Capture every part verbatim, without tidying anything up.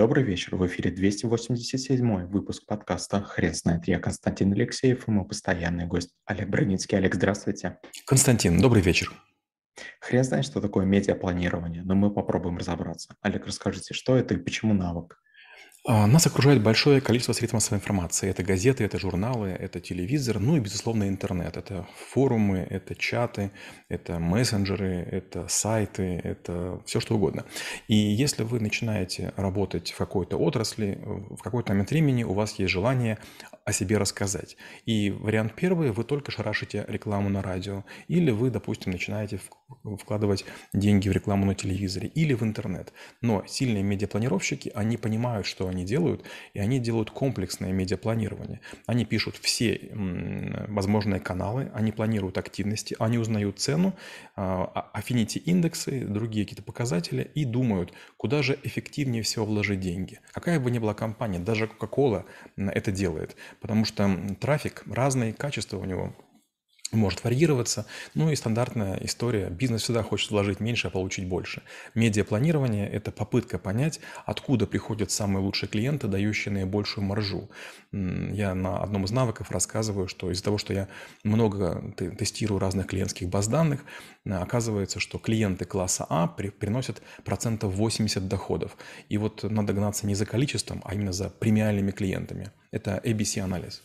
Добрый вечер. В эфире двести восемьдесят седьмой выпуск подкаста «Хрен знает». Я Константин Алексеев и мой постоянный гость Олег Броницкий. Олег, здравствуйте. Константин, добрый вечер. Хрен знает, что такое медиапланирование, но мы попробуем разобраться. Олег, расскажите, что это и почему навык? А, Нас окружает большое количество средств массовой информации. Это газеты, это журналы, это телевизор, ну и, безусловно, интернет. Это форумы, это чаты, это мессенджеры, это сайты, это все что угодно. И если вы начинаете работать в какой-то отрасли, в какой-то момент времени у вас есть желание о себе рассказать. И вариант первый, вы только шарашите рекламу на радио, или вы, допустим, начинаете в- вкладывать деньги в рекламу на телевизоре или в интернет. Но сильные медиапланировщики, они понимают, что они делают, и они делают комплексное медиапланирование. Они пишут все м, возможные каналы, они планируют активности, они узнают цену, а, affinity индексы, другие какие-то показатели и думают, куда же эффективнее всего вложить деньги. Какая бы ни была компания, даже Coca-Cola м, это делает, потому что м, трафик разный, качество у него может варьироваться. Ну и стандартная история. Бизнес всегда хочет вложить меньше, а получить больше. Медиапланирование – это попытка понять, откуда приходят самые лучшие клиенты, дающие наибольшую маржу. М, Я на одном из навыков рассказываю, что из-за того, что я много те- тестирую разных клиентских баз данных, а, оказывается, что клиенты класса А при- приносят процентов восемьдесят доходов. И вот надо гнаться не за количеством, а именно за премиальными клиентами. Это A B C-анализ.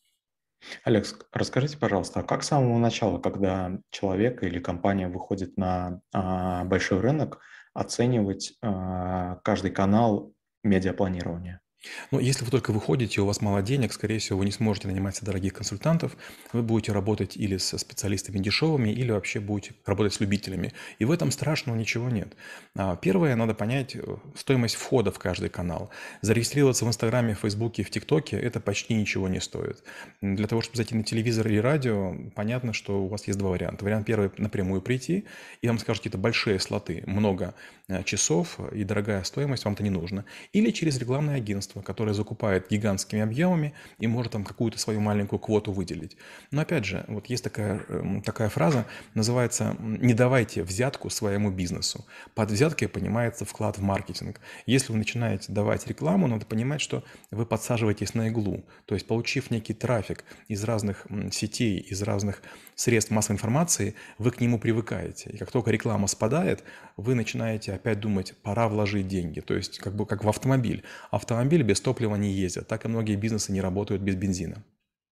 Олег, ск- расскажите, пожалуйста, а как с самого начала, когда человек или компания выходит на а, большой рынок, оценивать а, каждый канал медиапланирования? Но если вы только выходите, у вас мало денег, скорее всего, вы не сможете нанимать себе дорогих консультантов, вы будете работать или со специалистами дешевыми, или вообще будете работать с любителями. И в этом страшного ничего нет. А, Первое, надо понять э, стоимость входа в каждый канал. Зарегистрироваться в Инстаграме, в Фейсбуке, в ТикТоке – это почти ничего не стоит. М, Для того, чтобы зайти на телевизор или радио, понятно, что у вас есть два варианта. Вариант первый – напрямую прийти, и вам скажут какие-то большие слоты, много э, часов и дорогая стоимость, вам-то не нужно. Или через рекламное агентство, которое закупает гигантскими объемами и может там какую-то свою маленькую квоту выделить. Но опять же, вот есть такая, эм, такая фраза, называется «не давайте взятку своему бизнесу». Под взяткой понимается вклад в маркетинг. Если вы начинаете давать рекламу, надо понимать, что вы подсаживаетесь на иглу. То есть, получив некий трафик из разных м, сетей, из разных средств массовой информации, вы к нему привыкаете. И как только реклама спадает, вы начинаете опять думать, пора вложить деньги. То есть, как бы как в автомобиль. Автомобиль без топлива не ездит. Так и многие бизнесы не работают без бензина.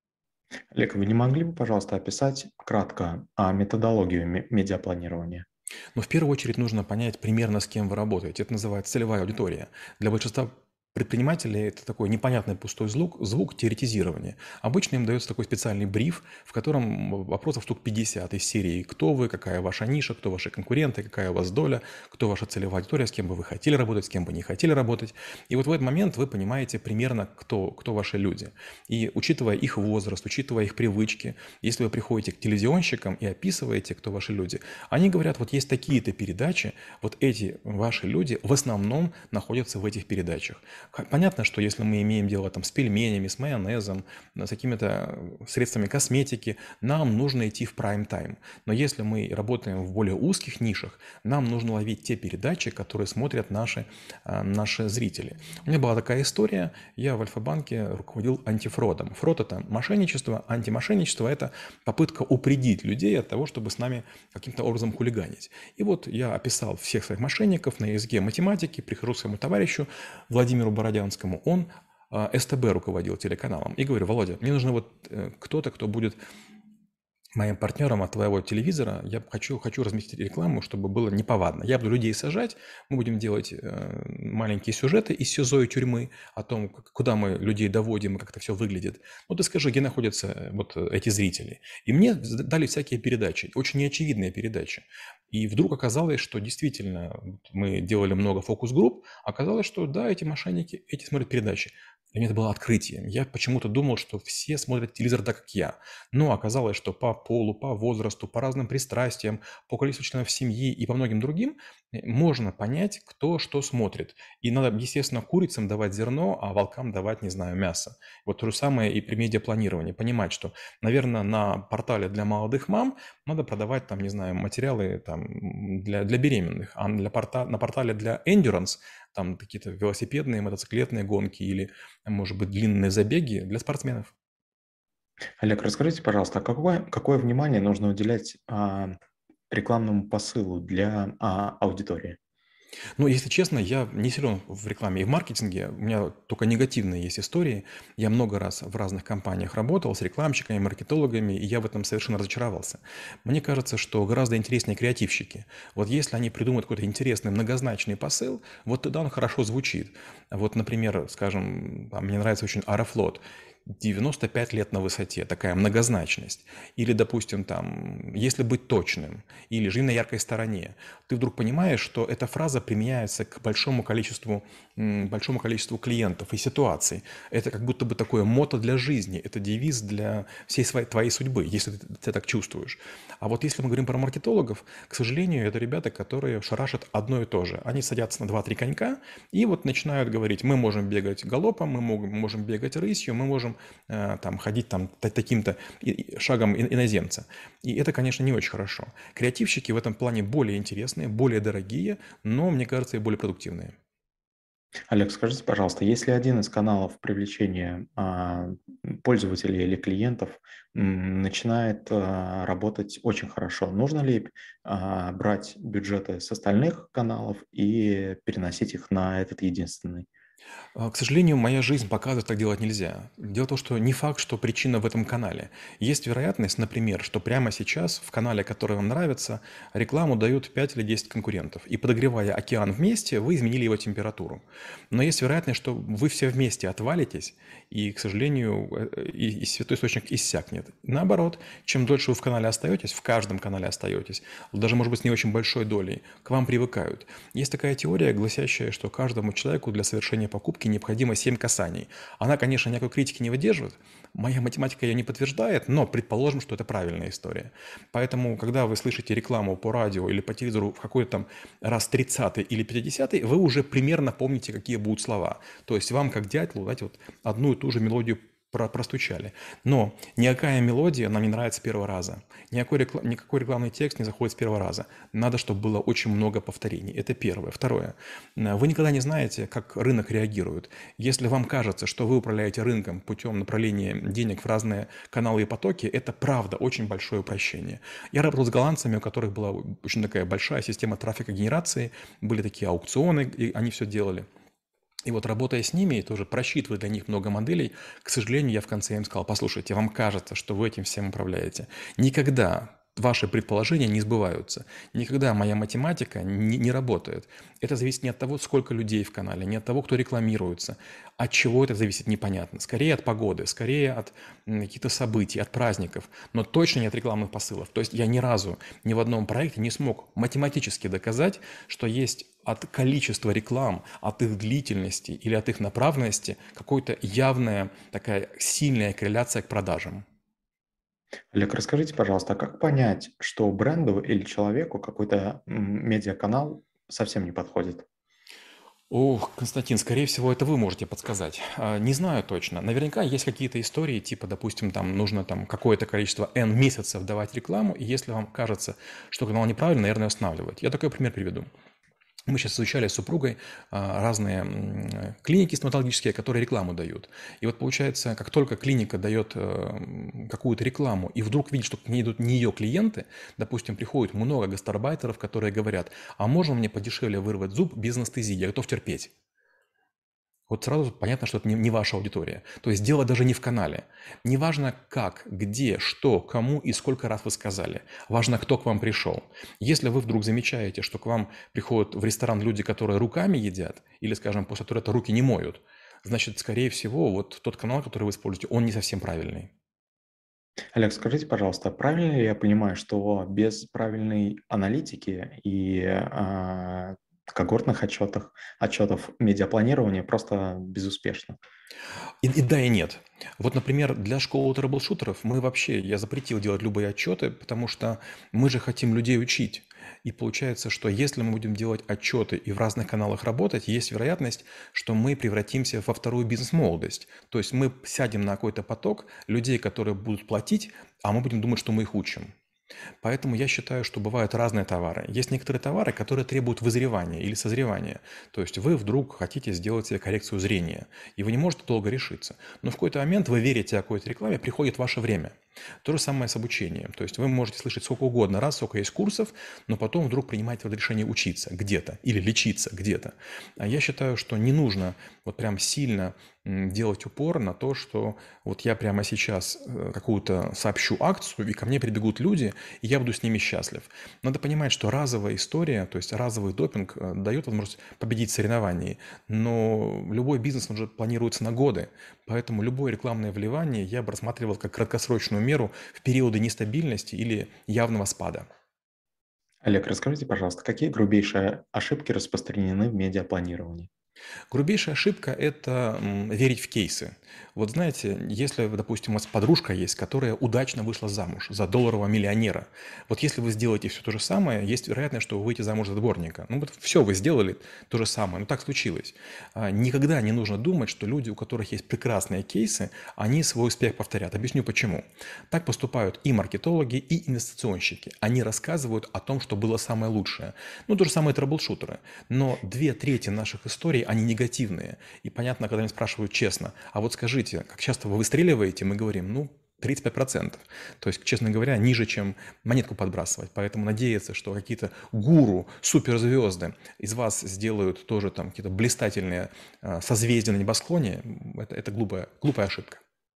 Олег, вы не могли бы, пожалуйста, описать кратко а, методологию ме- медиапланирования? Но в первую очередь нужно понять примерно, с кем вы работаете. Это называется целевая аудитория. Для большинства предпринимателей это такой непонятный пустой звук, звук теоретизирования. Обычно им дается такой специальный бриф, в котором вопросов штук пятьдесят из серии «Кто вы?», «Какая ваша ниша?», «Кто ваши конкуренты?», «Какая у вас доля?», «Кто ваша целевая аудитория?», «С кем бы вы хотели работать?», «С кем бы не хотели работать?». И вот в этот момент вы понимаете примерно, кто, кто ваши люди. И учитывая их возраст, учитывая их привычки, если вы приходите к телевизионщикам и описываете, кто ваши люди, они говорят, вот есть такие-то передачи, вот эти ваши люди в основном находятся в этих передачах. Х- Понятно, что если мы имеем дело там с пельменями, с майонезом, э, с какими-то э, средствами косметики, нам нужно идти в прайм-тайм. Но если мы работаем в более узких нишах, нам нужно ловить те передачи, которые смотрят наши, э, наши зрители. У меня была такая история, я в Альфа-банке руководил антифродом. Фрод – это мошенничество, антимошенничество – это попытка упредить людей от того, чтобы с нами каким-то образом хулиганить. И вот я описал всех своих мошенников на языке математики, прихожу к своему товарищу Владимиру Бородянскому, он а, СТБ руководил телеканалом, и говорю: Володя, мне нужно вот э, кто-то, кто будет моим партнером от твоего телевизора, я хочу, хочу разместить рекламу, чтобы было неповадно. Я буду людей сажать, мы будем делать э, маленькие сюжеты из СИЗО и тюрьмы о том, как- куда мы людей доводим и как это все выглядит. Ну, ты скажи, где находятся э, вот э, эти зрители. И мне з- дали всякие передачи, очень неочевидные передачи. И вдруг оказалось, что действительно вот мы делали много фокус-групп, оказалось, что да, эти мошенники, эти смотрят передачи. Для меня это было открытием. Я почему-то думал, что все смотрят телевизор так, как я. Но оказалось, что по полу, по возрасту, по разным пристрастиям, по количеству членов семьи и по многим другим э, можно понять, кто что смотрит. И надо, естественно, курицам давать зерно, а волкам давать, не знаю, мясо. Вот то же самое и при медиапланировании. Понимать, что, наверное, на портале для молодых мам надо продавать, там, не знаю, материалы там, для, для беременных, а для порта, на портале для endurance там какие-то велосипедные, мотоциклетные гонки или, может быть, длинные забеги для спортсменов. Олег, расскажите, пожалуйста, а какое, какое внимание нужно уделять а, рекламному посылу для а, аудитории? Но, если честно, я не силен в рекламе и в маркетинге. У меня только негативные есть истории. Я много раз в разных компаниях работал с рекламщиками, маркетологами, и я в этом совершенно разочаровался. Мне кажется, что гораздо интереснее креативщики. Вот если они придумают какой-то интересный многозначный посыл, вот тогда он хорошо звучит. Вот, например, скажем, там, мне нравится очень Аэрофлот. девяносто пять лет на высоте, такая многозначность. Или, допустим, там, если быть точным, или жили на яркой стороне, ты вдруг понимаешь, что эта фраза применяется к большому количеству, м, большому количеству клиентов и ситуаций. Это как будто бы такое мото для жизни, это девиз для всей своей, твоей судьбы, если ты, ты так чувствуешь. А вот если мы говорим про маркетологов, к сожалению, это ребята, которые шарашат одно и то же. Они садятся на два-три конька и вот начинают говорить: мы можем бегать галопом, мы можем, можем бегать рысью, мы можем э, там, ходить там, та- таким-то и- и шагом ин- иноземца. И это, конечно, не очень хорошо. Креативщики в этом плане более интересные, более дорогие, но, мне кажется, и более продуктивные. Олег, скажите, пожалуйста, если один из каналов привлечения а, пользователей или клиентов м, начинает а, работать очень хорошо, нужно ли а, брать бюджеты с остальных каналов и переносить их на этот единственный? А, К сожалению, моя жизнь показывает, так делать нельзя. Дело в том, что не факт, что причина в этом канале. Есть вероятность, например, что прямо сейчас в канале, который вам нравится, рекламу дают пять или десять конкурентов. И подогревая океан вместе, вы изменили его температуру. Но есть вероятность, что вы все вместе отвалитесь, и, к сожалению, э, и, и святой источник иссякнет. Наоборот, чем дольше вы в канале остаетесь, в каждом канале остаетесь, даже, может быть, с не очень большой долей, к вам привыкают. Есть такая теория, гласящая, что каждому человеку для совершения покупки необходимо семь касаний. Она, конечно, никакой критики не выдерживает. Моя математика ее не подтверждает, но предположим, что это правильная история. Поэтому, когда вы слышите рекламу по радио или по телевизору в какой-то там раз тридцатый или пятидесятый, вы уже примерно помните, какие будут слова. То есть вам, как дятлу, знаете, вот одну и ту же мелодию про- простучали. Но никакая мелодия нам не нравится с первого раза. Никакой, рекла- никакой рекламный текст не заходит с первого раза. Надо, чтобы было очень много повторений. Это первое. Второе. Э, Вы никогда не знаете, как рынок реагирует. Если вам кажется, что вы управляете рынком путем направления денег в разные каналы и потоки, это правда очень большое упрощение. Я работал с голландцами, у которых была очень такая большая система трафика генерации, были такие аукционы, и они все делали. И вот работая с ними, тоже просчитывая для них много моделей, к сожалению, я в конце им сказал: послушайте, вам кажется, что вы этим всем управляете. Никогда ваши предположения не сбываются. Никогда моя математика не, не работает. Это зависит не от того, сколько людей в канале, не от того, кто рекламируется. От чего это зависит, непонятно. Скорее от погоды, скорее от м, каких-то событий, от праздников, но точно не от рекламных посылов. То есть я ни разу ни в одном проекте не смог математически доказать, что есть от количества реклам, от их длительности или от их направленности какая-то явная такая сильная корреляция к продажам. Олег, расскажите, пожалуйста, а как понять, что бренду или человеку какой-то м, медиаканал совсем не подходит? Ох, Константин, скорее всего, это вы можете подсказать. А, Не знаю точно. Наверняка есть какие-то истории, типа, допустим, там нужно там какое-то количество N месяцев давать рекламу, и если вам кажется, что канал неправильный, наверное, останавливать. Я такой пример приведу. Мы сейчас изучали с супругой а, разные м, клиники стоматологические, которые рекламу дают. И вот получается, как только клиника дает э, м, какую-то рекламу, и вдруг видит, что к ней идут не ее клиенты, допустим, приходит много гастарбайтеров, которые говорят: а можно мне подешевле вырвать зуб без анестезии, я готов терпеть. Вот сразу понятно, что это не, не ваша аудитория. То есть дело даже не в канале. Не важно как, где, что, кому и сколько раз вы сказали. Важно, кто к вам пришел. Если вы вдруг замечаете, что к вам приходят в ресторан люди, которые руками едят, или, скажем, после туалета руки не моют, значит, скорее всего, вот тот канал, который вы используете, он не совсем правильный. Олег, скажите, пожалуйста, правильно ли я понимаю, что без правильной аналитики и а, когортных отчетов, отчетов медиапланирования просто безуспешно? И, и да, и нет. Вот, например, для школы трэблшутеров мы вообще, я запретил делать любые отчеты, потому что мы же хотим людей учить. И получается, что если мы будем делать отчеты и в разных каналах работать, есть вероятность, что мы превратимся во вторую бизнес-молодость. То есть мы сядем на какой-то поток людей, которые будут платить, а мы будем думать, что мы их учим. Поэтому я считаю, что бывают разные товары. Есть некоторые товары, которые требуют вызревания или созревания. То есть вы вдруг хотите сделать себе коррекцию зрения, и вы не можете долго решиться. Но в какой-то момент вы верите какой-то рекламе, приходит ваше время. То же самое с обучением. То есть вы можете слышать сколько угодно раз, сколько есть курсов, но потом вдруг принимаете вот решение учиться где-то или лечиться где-то. А я считаю, что не нужно вот прям сильно м, делать упор на то, что вот я прямо сейчас э, какую-то сообщу акцию, и ко мне прибегут люди, и я буду с ними счастлив. Надо понимать, что разовая история, то есть разовый допинг э, дает возможность победить в соревновании, но любой бизнес, он же планируется на годы, поэтому любое рекламное вливание я бы рассматривал как краткосрочную меру в периоды нестабильности или явного спада. Олег, расскажите, пожалуйста, какие грубейшие ошибки распространены в медиапланировании? Грубейшая ошибка – это м, верить в кейсы. Вот знаете, если, допустим, у вас подружка есть, которая удачно вышла замуж за долларового миллионера, вот если вы сделаете все то же самое, есть вероятность, что вы выйдете замуж за дворника. Ну вот все, вы сделали то же самое, ну так случилось. А, Никогда не нужно думать, что люди, у которых есть прекрасные кейсы, они свой успех повторят. Объясню почему. Так поступают и маркетологи, и инвестиционщики. Они рассказывают о том, что было самое лучшее. Ну, то же самое трэблшутеры. Но две трети наших историй, они негативные. И понятно, когда они спрашивают честно, а вот скажите, как часто вы выстреливаете, мы говорим, ну, тридцать пять процентов. То есть, честно говоря, ниже, чем монетку подбрасывать. Поэтому надеяться, что какие-то гуру, суперзвезды из вас сделают тоже там какие-то блистательные э, созвездия на небосклоне, это, это глупая, глупая ошибка.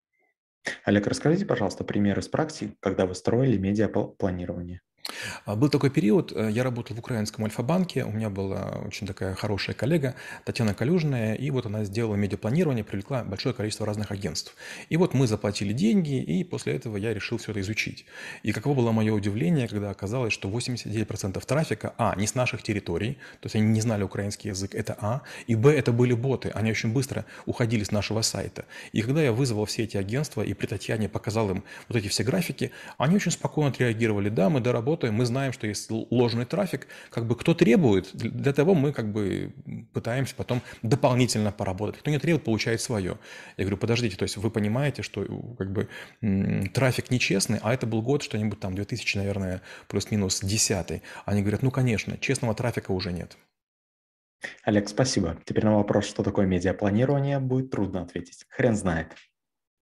Олег, расскажите, пожалуйста, пример из практики, когда вы строили медиапланирование. А, Был такой период, э, я работал в украинском Альфа-банке, у меня была очень такая хорошая коллега Татьяна Калюжная, и вот она сделала медиапланирование, привлекла большое количество разных агентств. И вот мы заплатили деньги, и после этого я решил все это изучить. И каково было мое удивление, когда оказалось, что восемьдесят девять процентов трафика, а, не с наших территорий, то есть они не знали украинский язык, это а, и б, это были боты, они очень быстро уходили с нашего сайта. И когда я вызвал все эти агентства, и при Татьяне показал им вот эти все графики, они очень спокойно отреагировали, да, мы доработаем, мы знаем, что есть ложный трафик, как бы кто требует, для того мы как бы пытаемся потом дополнительно поработать. Кто не требует, получает свое. Я говорю, подождите, то есть вы понимаете, что как бы м, трафик нечестный, а это был год что-нибудь там две тысячи, наверное, плюс-минус десятый. Они говорят, ну конечно, честного трафика уже нет. Олег, спасибо. Теперь на вопрос, что такое медиапланирование, будет трудно ответить. Хрен знает.